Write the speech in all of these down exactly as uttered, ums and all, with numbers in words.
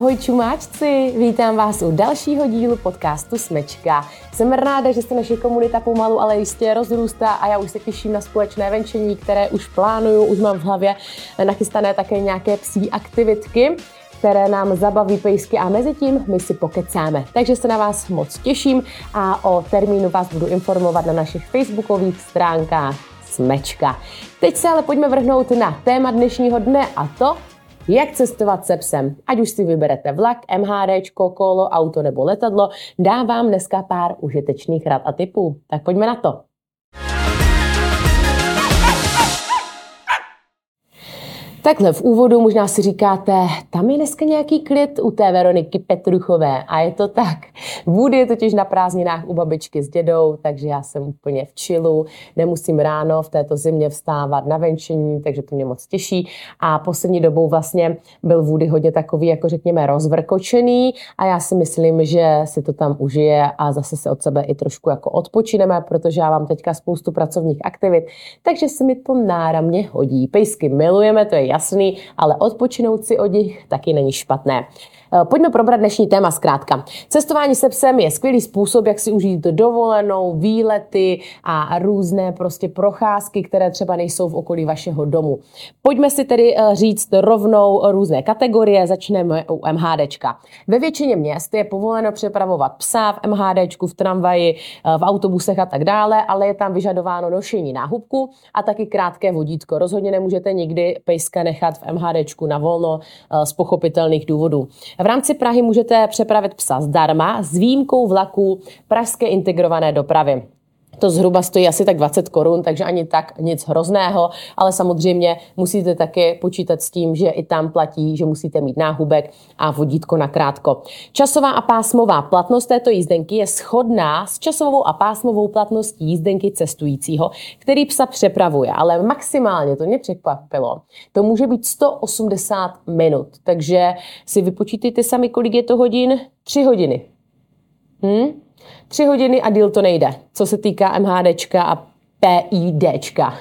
Ahoj čumáčci, vítám vás u dalšího dílu podcastu Smečka. Jsem ráda, že se naše komunita pomalu, ale jistě rozrůstá a já už se těším na společné venčení, které už plánuju, už mám v hlavě nachystané také nějaké psí aktivitky, které nám zabaví pejsky a mezi tím my si pokecáme. Takže se na vás moc těším a o termínu vás budu informovat na našich facebookových stránkách Smečka. Teď se ale pojďme vrhnout na téma dnešního dne a to, jak cestovat se psem. Ať už si vyberete vlak, MHDčko, kolo, auto nebo letadlo, dávám dneska pár užitečných rad a tipů. Tak pojďme na to. Takhle v úvodu možná si říkáte, tam je dneska nějaký klid u té Veroniky Petruchové a je to tak. Woody je totiž na prázdninách u babičky s dědou, takže já jsem úplně v chillu, nemusím ráno v této zimě vstávat na venčení, takže to mě moc těší. A poslední dobou vlastně byl Woody hodně takový, jako řekněme, rozvrkočený a já si myslím, že si to tam užije a zase se od sebe i trošku jako odpočineme, protože já mám teďka spoustu pracovních aktivit, takže se mi to náramně hodí. Pejsky milujeme, to je jasný, ale odpočinout si od nich taky není špatné. Pojďme probrat dnešní téma zkrátka. Cestování se psem je skvělý způsob, jak si užít dovolenou, výlety a různé prostě procházky, které třeba nejsou v okolí vašeho domu. Pojďme si tedy říct rovnou různé kategorie, začneme u MHDčka. Ve většině měst je povoleno přepravovat psa v MHDčku, v tramvaji, v autobusech a tak dále, ale je tam vyžadováno nošení náhubku a taky krátké vodítko. Rozhodně nemůžete nikdy pejska nechat v MHDčku na volno z pochopitelných důvodů. V rámci Prahy můžete přepravit psa zdarma s výjimkou vlaků pražské integrované dopravy. To zhruba stojí asi tak dvacet korun, takže ani tak nic hrozného, ale samozřejmě musíte taky počítat s tím, že i tam platí, že musíte mít náhubek a vodítko na krátko. Časová a pásmová platnost této jízdenky je shodná s časovou a pásmovou platností jízdenky cestujícího, který psa přepravuje, ale maximálně, to mě překvapilo, to může být sto osmdesát minut, takže si vypočítejte sami, kolik je to hodin, tři hodiny. Hm? Tři hodiny a díl to nejde, co se týká MHDčka a PIDčka.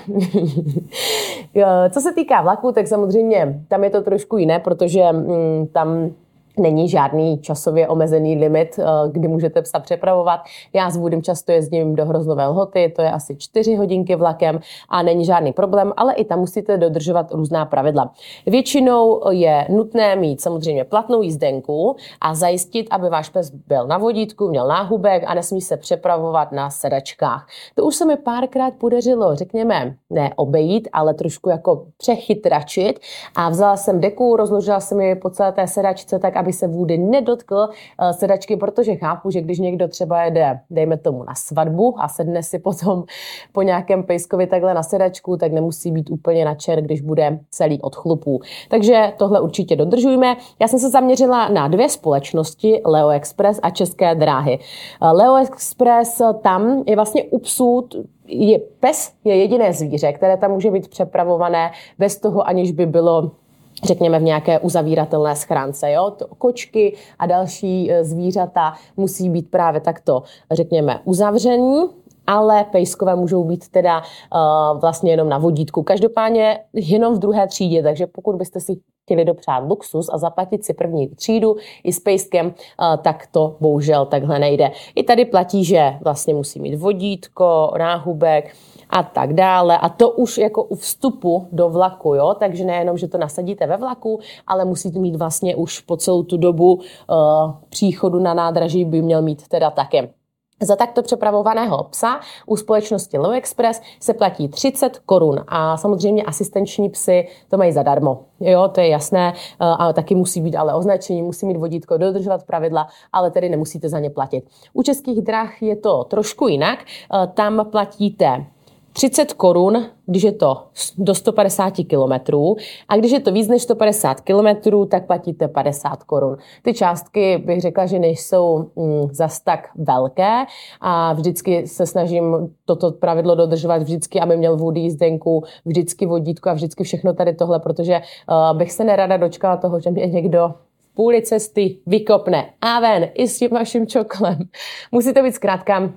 Co se týká vlaku, tak samozřejmě tam je to trošku jiné, protože mm, tam není žádný časově omezený limit, kdy můžete psa přepravovat. Já s Woodym často jezdím do Hroznové Lhoty, to je asi čtyři hodinky vlakem a není žádný problém, ale i tam musíte dodržovat různá pravidla. Většinou je nutné mít samozřejmě platnou jízdenku a zajistit, aby váš pes byl na vodítku, měl náhubek a nesmí se přepravovat na sedačkách. To už se mi párkrát podařilo, řekněme, ne obejít, ale trošku jako přechytračit a vzala jsem deku, rozložila jsem ji po celé té sedačce tak, aby se Woody nedotkl uh, sedačky, protože chápu, že když někdo třeba jede, dejme tomu na svatbu a sedne si potom po nějakém pejskovi takhle na sedačku, tak nemusí být úplně nadšen, když bude celý od chlupů. Takže tohle určitě dodržujme. Já jsem se zaměřila na dvě společnosti, Leo Express a České dráhy. Uh, Leo Express, tam je vlastně u psů, je, pes je jediné zvíře, které tam může být přepravované bez toho, aniž by bylo řekněme v nějaké uzavíratelné schránce. Jo? To kočky a další zvířata musí být právě takto, řekněme, uzavření, ale pejskové můžou být teda uh, vlastně jenom na vodítku. Každopádně jenom v druhé třídě, takže pokud byste si chtěli dopřát luxus a zaplatit si první třídu i s pejskem, uh, tak to bohužel takhle nejde. I tady platí, že vlastně musí mít vodítko, náhubek a tak dále. A to už jako u vstupu do vlaku, jo? Takže nejenom, že to nasadíte ve vlaku, ale musíte mít vlastně už po celou tu dobu uh, příchodu na nádraží by měl mít teda také. Za takto přepravovaného psa u společnosti Leo Express se platí třicet korun a samozřejmě asistenční psy to mají zadarmo. Jo, to je jasné, a taky musí být ale označení, musí mít vodítko, dodržovat pravidla, ale tedy nemusíte za ně platit. U Českých drah je to trošku jinak, tam platíte třicet korun, když je to do sto padesát kilometrů a když je to víc než sto padesát kilometrů, tak platíte padesát korun. Ty částky bych řekla, že nejsou mm, zas tak velké a vždycky se snažím toto pravidlo dodržovat vždycky, aby měl Woody jízdenku, vždycky vodítko a vždycky všechno tady tohle, protože uh, bych se nerada dočkala toho, že mě někdo v půli cesty vykopne a ven i s tím vaším čoklem. Musí to být zkrátka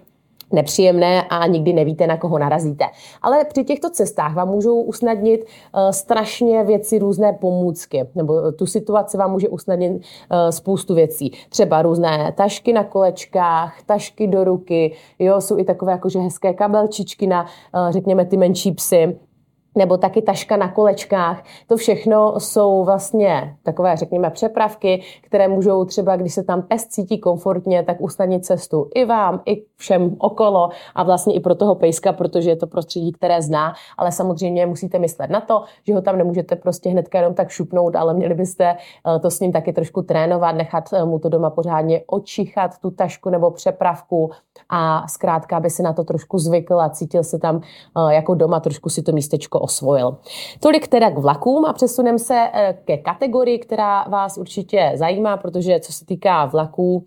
nepříjemné a nikdy nevíte, na koho narazíte. Ale při těchto cestách vám můžou usnadnit uh, strašně věci, různé pomůcky, nebo tu situaci vám může usnadnit uh, spoustu věcí. Třeba různé tašky na kolečkách, tašky do ruky, jo, jsou i takové jakože hezké kabelčičky na, uh, řekněme, ty menší psy, nebo taky taška na kolečkách. To všechno jsou vlastně takové, řekněme, přepravky, které můžou třeba, když se tam pes cítí komfortně, tak usnadnit cestu i vám, i všem okolo a vlastně i pro toho pejska, protože je to prostředí, které zná, ale samozřejmě musíte myslet na to, že ho tam nemůžete prostě hnedka jenom tak šupnout, ale měli byste to s ním taky trošku trénovat, nechat mu to doma pořádně očichat, tu tašku nebo přepravku a zkrátka, aby si na to trošku zvykl a cítil se tam jako doma, trošku si to místečko osvojil. Tolik teda k vlakům a přesuneme se ke kategorii, která vás určitě zajímá, protože co se týká vlaků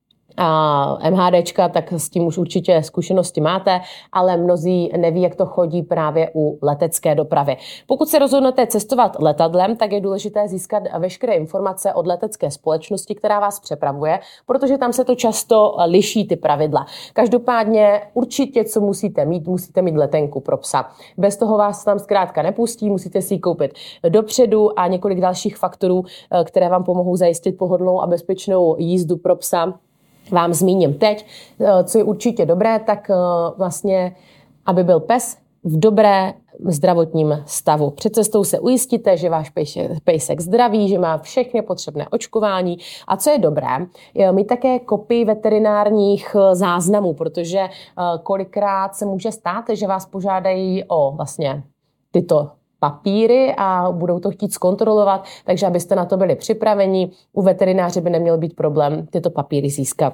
a MHDčka, tak s tím už určitě zkušenosti máte, ale mnozí neví, jak to chodí právě u letecké dopravy. Pokud se rozhodnete cestovat letadlem, tak je důležité získat veškeré informace od letecké společnosti, která vás přepravuje, protože tam se to často liší ty pravidla. Každopádně určitě, co musíte mít, musíte mít letenku pro psa. Bez toho vás tam zkrátka nepustí, musíte si ji koupit dopředu a několik dalších faktorů, které vám pomohou zajistit pohodlnou a bezpečnou jízdu pro psa, vám zmíním teď. Co je určitě dobré, tak vlastně, aby byl pes v dobré zdravotním stavu. Před cestou se ujistíte, že váš pejsek zdraví, že má všechny potřebné očkování. A co je dobré, je mít také kopii veterinárních záznamů, protože kolikrát se může stát, že vás požádají o vlastně tyto papíry a budou to chtít zkontrolovat, takže abyste na to byli připraveni, u veterináře by neměl být problém tyto papíry získat.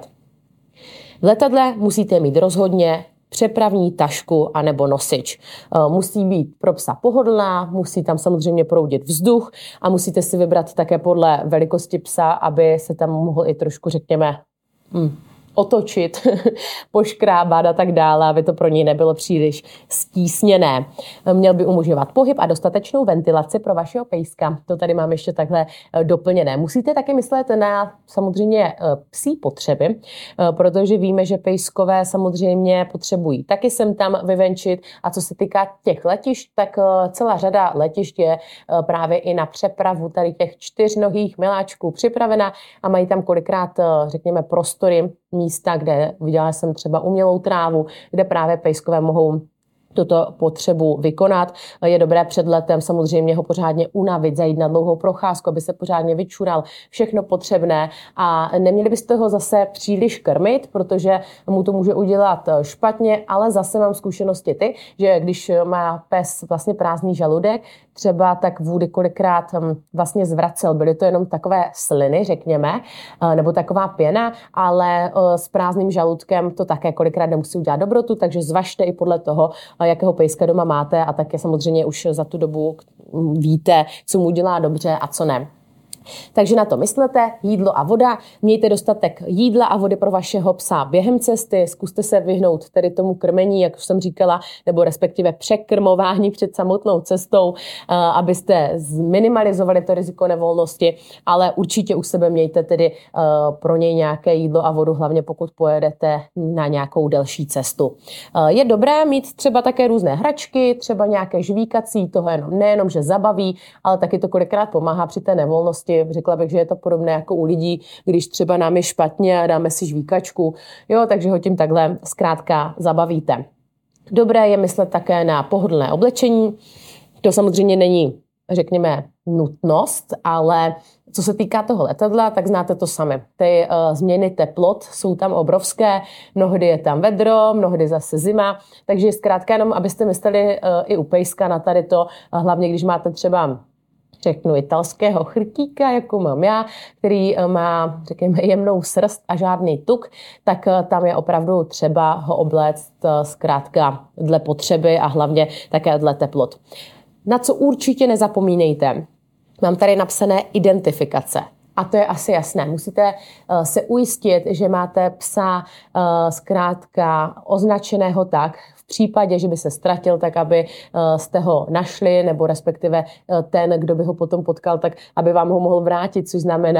V letadle musíte mít rozhodně přepravní tašku anebo nosič. Musí být pro psa pohodlná, musí tam samozřejmě proudit vzduch a musíte si vybrat také podle velikosti psa, aby se tam mohl i trošku, řekněme, hmm, otočit, poškrábat a tak dále, aby to pro něj nebylo příliš stísněné. Měl by umožňovat pohyb a dostatečnou ventilaci pro vašeho pejska. To tady mám ještě takhle doplněné. Musíte taky myslet na samozřejmě psí potřeby, protože víme, že pejskové samozřejmě potřebují taky sem tam vyvenčit a co se týká těch letišť, tak celá řada letišť je právě i na přepravu tady těch čtyřnohých miláčků připravena a mají tam kolikrát, řekněme, prostory, místa, kde viděla jsem třeba umělou trávu, kde právě pejskové mohou tuto potřebu vykonat. Je dobré před letem samozřejmě ho pořádně unavit, zajít na dlouhou procházku, aby se pořádně vyčural, všechno potřebné a neměli byste ho zase příliš krmit, protože mu to může udělat špatně, ale zase mám zkušenosti ty, že když má pes vlastně prázdný žaludek, třeba tak vůdy kolikrát vlastně zvracel. Byly to jenom takové sliny, řekněme, nebo taková pěna, ale s prázdným žaludkem to také kolikrát nemusí udělat dobrotu, takže zvažte i podle toho, jakého pejska doma máte a také samozřejmě už za tu dobu víte, co mu dělá dobře a co ne. Takže na to myslete, jídlo a voda. Mějte dostatek jídla a vody pro vašeho psa během cesty. Zkuste se vyhnout tedy tomu krmení, jak už jsem říkala, nebo respektive překrmování před samotnou cestou, abyste zminimalizovali to riziko nevolnosti, ale určitě u sebe mějte tedy pro něj nějaké jídlo a vodu, hlavně pokud pojedete na nějakou delší cestu. Je dobré mít třeba také různé hračky, třeba nějaké žvíkací, toho jenom, nejenom, že zabaví, ale taky to kolikrát pomáhá při té nevolnosti. Řekla bych, že je to podobné jako u lidí, když třeba nám je špatně a dáme si žvíkačku, jo, takže ho tím takhle zkrátka zabavíte. Dobré je myslet také na pohodlné oblečení. To samozřejmě není, řekněme, nutnost, ale co se týká toho letadla, tak znáte to sami. Ty uh, změny teplot jsou tam obrovské, mnohdy je tam vedro, mnohdy zase zima, takže zkrátka jenom, abyste mysleli uh, i u pejska na tady to, uh, hlavně když máte třeba řeknu italského chrtíka, jako mám já, který má, řekněme, jemnou srst a žádný tuk, tak tam je opravdu třeba ho obléct zkrátka dle potřeby a hlavně také dle teplot. Na co určitě nezapomínejte, mám tady napsané identifikace. A to je asi jasné. Musíte uh, se ujistit, že máte psa uh, zkrátka označeného tak, v případě, že by se ztratil, tak aby uh, jste ho našli, nebo respektive uh, ten, kdo by ho potom potkal, tak aby vám ho mohl vrátit, což znamená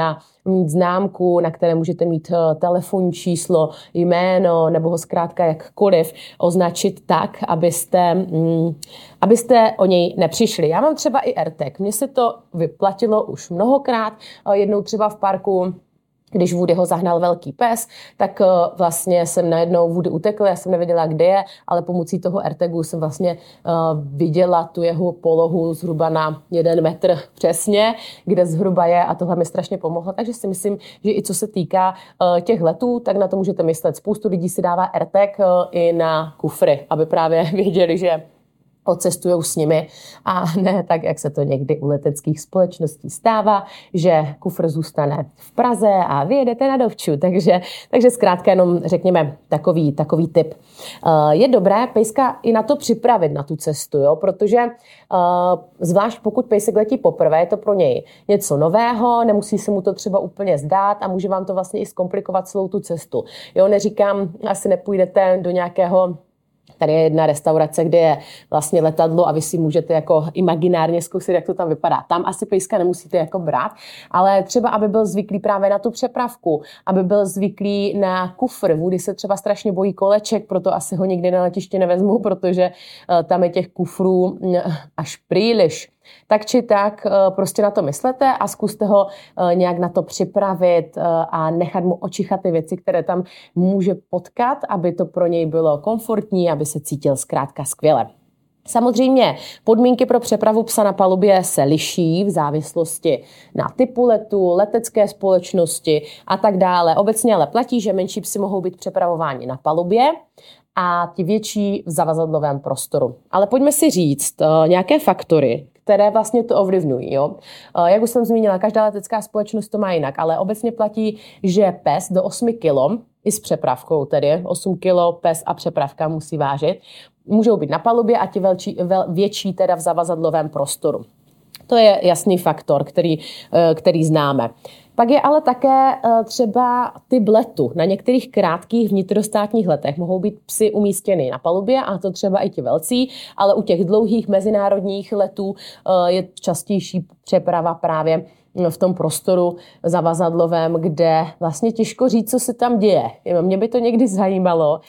mít známku, na které můžete mít telefonní číslo, jméno nebo ho zkrátka jakkoliv označit tak, abyste, mm, abyste o něj nepřišli. Já mám třeba i AirTag. Mně se to vyplatilo už mnohokrát. Jednou třeba v parku, když Woody ho zahnal velký pes, tak vlastně jsem najednou Woody utekl, já jsem nevěděla, kde je, ale pomocí toho AirTagu jsem vlastně uh, viděla tu jeho polohu zhruba na jeden metr přesně, kde zhruba je a tohle mi strašně pomohlo. Takže si myslím, že i co se týká uh, těch letů, tak na to můžete myslet. Spoustu lidí si dává AirTag uh, i na kufry, aby právě věděli, že odcestujou s nimi a ne tak, jak se to někdy u leteckých společností stává, že kufr zůstane v Praze a vy jedete na dovču. Takže, takže zkrátka jenom řekněme takový, takový tip. Je dobré pejska i na to připravit, na tu cestu, jo? Protože zvlášť pokud pejsek letí poprvé, je to pro něj něco nového, nemusí se mu to třeba úplně zdát a může vám to vlastně i zkomplikovat celou tu cestu. Jo, neříkám, asi nepůjdete do nějakého. Tady je jedna restaurace, kde je vlastně letadlo a vy si můžete jako imaginárně zkusit, jak to tam vypadá. Tam asi pejska nemusíte jako brát, ale třeba, aby byl zvyklý právě na tu přepravku, aby byl zvyklý na kufr. Woody se třeba strašně bojí koleček, proto asi ho nikdy na letišti nevezmu, protože tam je těch kufrů až příliš. Tak či tak prostě na to myslete a zkuste ho nějak na to připravit a nechat mu očichat ty věci, které tam může potkat, aby to pro něj bylo komfortní, aby se cítil zkrátka skvěle. Samozřejmě podmínky pro přepravu psa na palubě se liší v závislosti na typu letu, letecké společnosti a tak dále. Obecně ale platí, že menší psy mohou být přepravováni na palubě a ti větší v zavazadlovém prostoru. Ale pojďme si říct nějaké faktory, které vlastně to ovlivňují. Jo? Jak už jsem zmínila, každá letecká společnost to má jinak, ale obecně platí, že pes do osmi kilo, i s přepravkou tedy, osm kilo pes a přepravka musí vážit, můžou být na palubě a ti velčí, vel, větší teda v zavazadlovém prostoru. To je jasný faktor, který, který známe. Pak je ale také třeba typ letu. Na některých krátkých vnitrostátních letech mohou být psy umístěny na palubě, a to třeba i ti velcí, ale u těch dlouhých mezinárodních letů je častější přeprava právě v tom prostoru zavazadlovém, kde vlastně těžko říct, co se tam děje. Mě by to někdy zajímalo.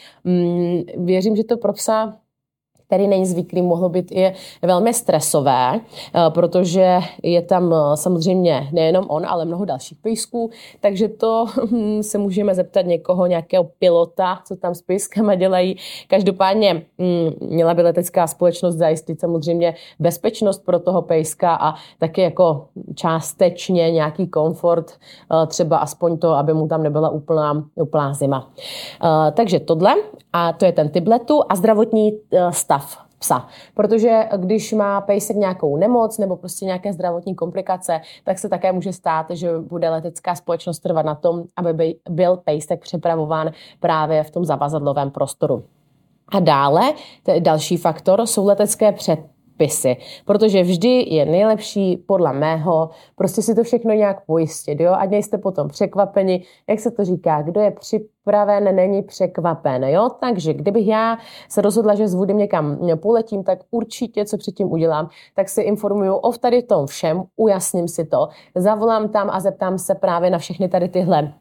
Věřím, že to pro psa, který není zvyklý, mohlo být i velmi stresové, protože je tam samozřejmě nejenom on, ale mnoho dalších pejsků, takže to se můžeme zeptat někoho, nějakého pilota, co tam s pejskama dělají. Každopádně měla by letecká společnost zajistit samozřejmě bezpečnost pro toho pejska a taky jako částečně nějaký komfort, třeba aspoň to, aby mu tam nebyla úplná, úplná zima. Takže tohle, a to je ten typ letu a zdravotní stav psa. Protože když má pejsek nějakou nemoc nebo prostě nějaké zdravotní komplikace, tak se také může stát, že bude letecká společnost trvat na tom, aby byl pejsek přepravován právě v tom zavazadlovém prostoru. A dále, další faktor, jsou letecké předpisy, protože vždy je nejlepší, podle mého, prostě si to všechno nějak pojistit, jo? Ať nejste potom překvapeni, jak se to říká, kdo je připraven, není překvapen, jo? Takže kdybych já se rozhodla, že s Woodym někam poletím, tak určitě, co předtím udělám, tak si informuju o tady tom všem, ujasním si to, zavolám tam a zeptám se právě na všechny tady tyhle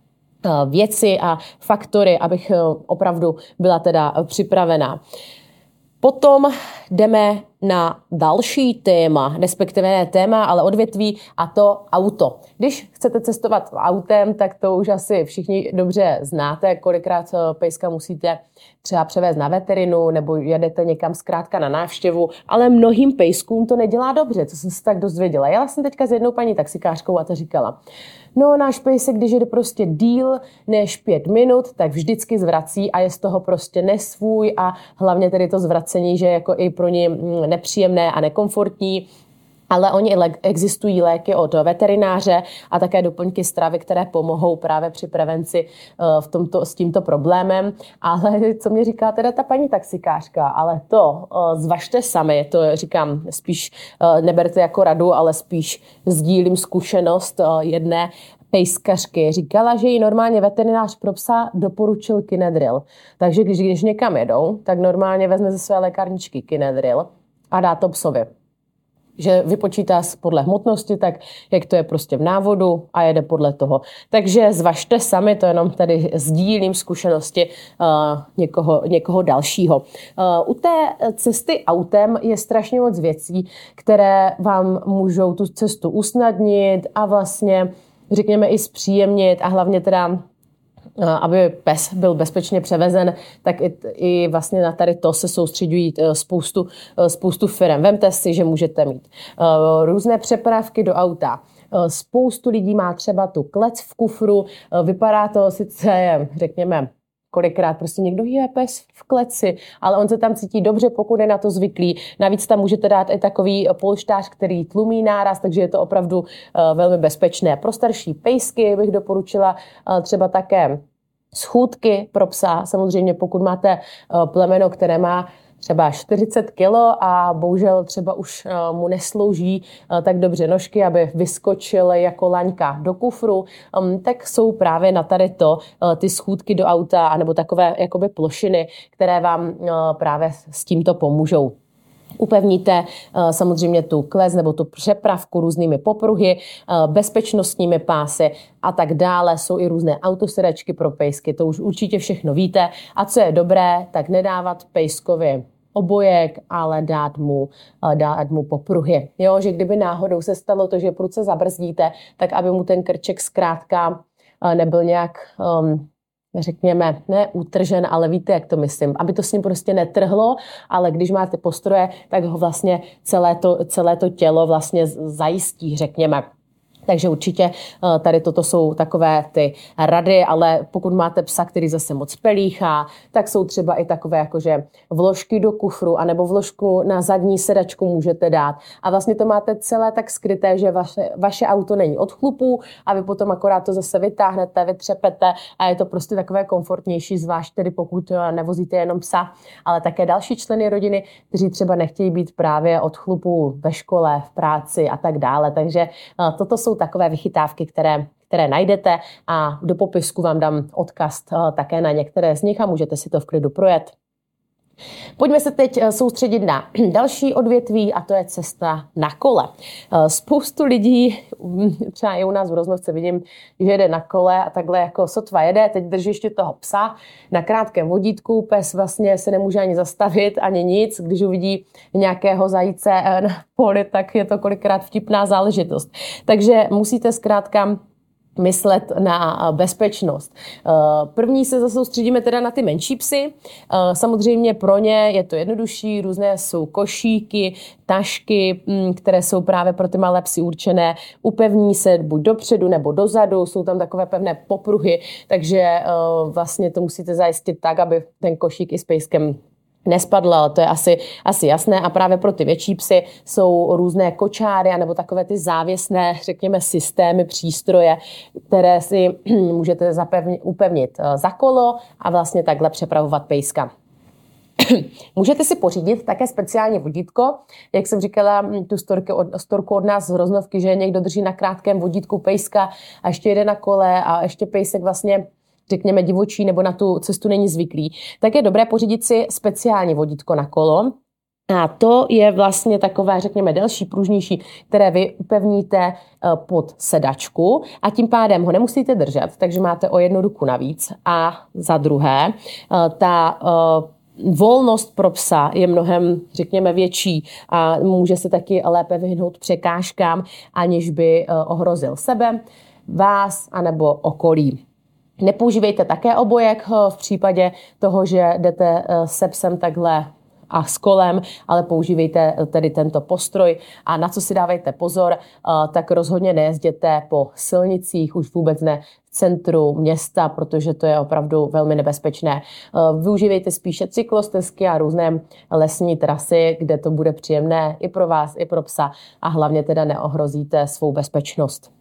věci a faktory, abych opravdu byla teda připravená. Potom jdeme na další téma, respektive ne téma, ale odvětví, a to auto. Když chcete cestovat autem, tak to už asi všichni dobře znáte, kolikrát pejska musíte třeba převést na veterinu nebo jedete někam zkrátka na návštěvu, ale mnohým pejskům to nedělá dobře, co jsem se tak dozvěděla. Jela jsem teďka s jednou paní taxikářkou a ta říkala, no náš pejsek, když jede prostě díl než pět minut, tak vždycky zvrací a je z toho prostě nesvůj a hlavně tedy to zvracení, že jako i pro ně nepříjemné a nekomfortní. Ale oni existují léky od veterináře a také doplňky stravy, které pomohou právě při prevenci v tomto, s tímto problémem. Ale co mě říká teda ta paní taxikářka, ale to zvažte sami, to říkám spíš neberte jako radu, ale spíš sdílím zkušenost jedné pejskařky. Říkala, že jí normálně veterinář pro psa doporučil Kinedril. Takže když, když někam jedou, tak normálně vezme ze své lékárničky Kinedril a dá to psovi. že vypočítá podle hmotnosti, tak jak to je prostě v návodu a jede podle toho. Takže zvažte sami, to jenom tady sdílím zkušenosti uh, někoho, někoho dalšího. Uh, u té cesty autem je strašně moc věcí, které vám můžou tu cestu usnadnit a vlastně, řekněme, i zpříjemnit a hlavně teda aby pes byl bezpečně převezen, tak i, i vlastně na tady to se soustředují spoustu, spoustu firem. Vemte si, že můžete mít různé přepravky do auta. Spoustu lidí má třeba tu klec v kufru, vypadá to sice, řekněme, kolikrát prostě někdo je pes v kleci, ale on se tam cítí dobře, pokud je na to zvyklý. Navíc tam můžete dát i takový polštář, který tlumí náraz, takže je to opravdu uh, velmi bezpečné. Pro starší pejsky bych doporučila uh, třeba také schůdky pro psa. Samozřejmě pokud máte uh, plemeno, které má třeba čtyřicet kilo a bohužel třeba už uh, mu neslouží uh, tak dobře nožky, aby vyskočil jako laňka do kufru, um, tak jsou právě na tady to uh, ty schůdky do auta anebo takové jakoby plošiny, které vám uh, právě s tímto pomůžou. Upevníte uh, samozřejmě tu klec nebo tu přepravku různými popruhy, uh, bezpečnostními pásy a tak dále. Jsou i různé autosedačky pro pejsky, to už určitě všechno víte. A co je dobré, tak nedávat pejskovi obojek, ale dát mu, uh, dát mu popruhy. Jo, že kdyby náhodou se stalo to, že prudce zabrzdíte, tak aby mu ten krček zkrátka uh, nebyl nějak... Um, řekněme, ne utržen, ale víte, jak to myslím, aby to s ním prostě netrhlo, ale když máte postroje, tak ho vlastně celé to, celé to tělo vlastně zajistí, řekněme. Takže určitě tady toto jsou takové ty rady, ale pokud máte psa, který zase moc pelíchá, tak jsou třeba i takové jakože vložky do kufru anebo vložku na zadní sedačku můžete dát. A vlastně to máte celé tak skryté, že vaše, vaše auto není od chlupů a vy potom akorát to zase vytáhnete, vytřepete a je to prostě takové komfortnější, zvlášť tedy pokud nevozíte jenom psa, ale také další členy rodiny, kteří třeba nechtějí být právě od chlupů ve škole, v práci a tak dále. Takže toto jsou takové vychytávky, které, které najdete a do popisku vám dám odkaz také na některé z nich a můžete si to v klidu projet. Pojďme se teď soustředit na další odvětví a to je cesta na kole. Spoustu lidí, třeba i u nás v Roznovce vidím, že jede na kole a takhle jako sotva jede, teď drží ještě toho psa na krátkém vodítku, pes vlastně se nemůže ani zastavit, ani nic, když uvidí nějakého zajíce na poli, tak je to kolikrát vtipná záležitost. Takže musíte zkrátka myslet na bezpečnost. První se zasoustředíme teda na ty menší psy. Samozřejmě pro ně je to jednodušší, různé jsou košíky, tašky, které jsou právě pro ty malé psy určené. Upevní se buď dopředu nebo dozadu, jsou tam takové pevné popruhy, takže vlastně to musíte zajistit tak, aby ten košík i s pejskem nespadla, to je asi, asi jasné a právě pro ty větší psy jsou různé kočáry nebo takové ty závěsné, řekněme, systémy, přístroje, které si můžete zapevnit, upevnit za kolo a vlastně takhle přepravovat pejska. Můžete si pořídit také speciální vodítko, jak jsem říkala, tu storku od, storku od nás z Hroznovky, že někdo drží na krátkém vodítku pejska a ještě jede na kole a ještě pejsek vlastně řekněme divočí nebo na tu cestu není zvyklý, tak je dobré pořídit si speciální vodítko na kolo. A to je vlastně takové, řekněme, delší, pružnější, které vy upevníte pod sedačku a tím pádem ho nemusíte držet, takže máte o jednu ruku navíc. A za druhé, ta volnost pro psa je mnohem, řekněme, větší a může se taky lépe vyhnout překážkám, aniž by ohrozil sebe, vás anebo okolí. Nepoužívejte také obojek v případě toho, že jdete se psem takhle a s kolem, ale používejte tedy tento postroj a na co si dávejte pozor, tak rozhodně nejezděte po silnicích, už vůbec ne v centru města, protože to je opravdu velmi nebezpečné. Využívejte spíše cyklostezky a různé lesní trasy, kde to bude příjemné i pro vás, i pro psa a hlavně teda neohrozíte svou bezpečnost.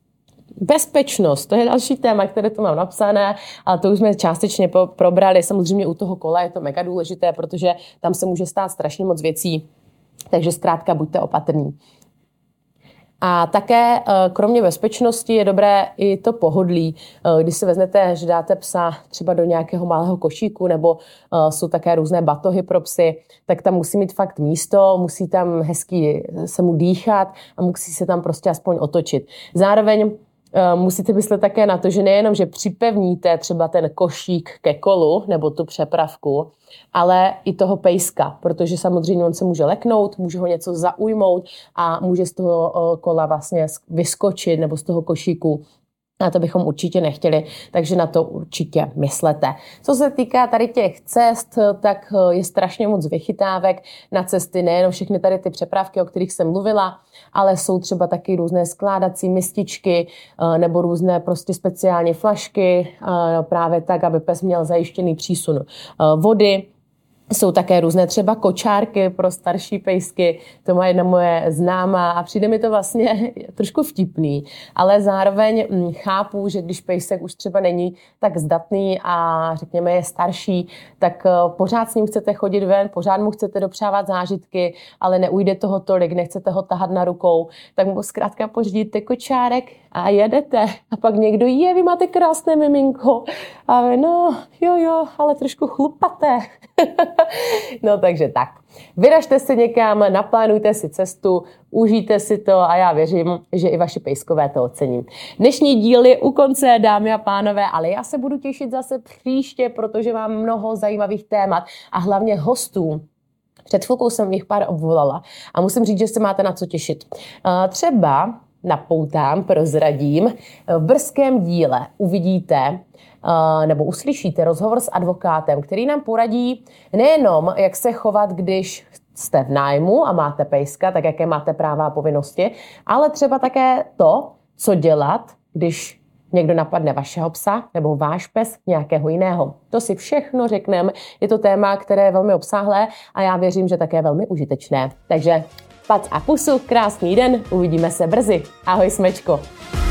Bezpečnost, to je další téma, které tu mám napsané, ale to už jsme částečně probrali. Samozřejmě u toho kola je to mega důležité, protože tam se může stát strašně moc věcí, takže zkrátka buďte opatrní. A také kromě bezpečnosti je dobré i to pohodlí. Když si vezmete, že dáte psa třeba do nějakého malého košíku nebo jsou také různé batohy pro psy, tak tam musí mít fakt místo, musí tam hezky se mu dýchat a musí se tam prostě aspoň otočit. Zároveň musíte myslet také na to, že nejenom, že připevníte třeba ten košík ke kolu nebo tu přepravku, ale i toho pejska, protože samozřejmě on se může leknout, může ho něco zaujmout a může z toho kola vlastně vyskočit nebo z toho košíku. A to bychom určitě nechtěli, takže na to určitě myslete. Co se týká tady těch cest, tak je strašně moc vychytávek na cesty, nejenom všechny tady ty přepravky, o kterých jsem mluvila, ale jsou třeba taky různé skládací mističky nebo různé prostě speciální flašky, právě tak, aby pes měl zajištěný přísun vody. Jsou také různé třeba kočárky pro starší pejsky, to má jedna moje známá a přijde mi to vlastně trošku vtipný, ale zároveň chápu, že když pejsek už třeba není tak zdatný a řekněme je starší, tak pořád s ním chcete chodit ven, pořád mu chcete dopřávat zážitky, ale neujde toho tolik, nechcete ho tahat na rukou, tak mu zkrátka pořídíte kočárek a jedete. A pak někdo je, vy máte krásné miminko. A vy, no, jo, jo, ale trošku chlupaté. No takže tak. Vyražte se někam, naplánujte si cestu, užijte si to a já věřím, že i vaši pejskové to ocení. Dnešní díl je u konce, dámy a pánové, ale já se budu těšit zase příště, protože mám mnoho zajímavých témat a hlavně hostů. Před chvilkou jsem jich pár obvolala a musím říct, že se máte na co těšit. Třeba napoutám, prozradím, v brzkém díle uvidíte nebo uslyšíte rozhovor s advokátem, který nám poradí nejenom, jak se chovat, když jste v nájmu a máte pejska, tak jaké máte práva a povinnosti, ale třeba také to, co dělat, když někdo napadne vašeho psa nebo váš pes nějakého jiného. To si všechno řekneme. Je to téma, které je velmi obsáhlé a já věřím, že také velmi užitečné. Takže pac a pusu, krásný den, uvidíme se brzy. Ahoj smečko.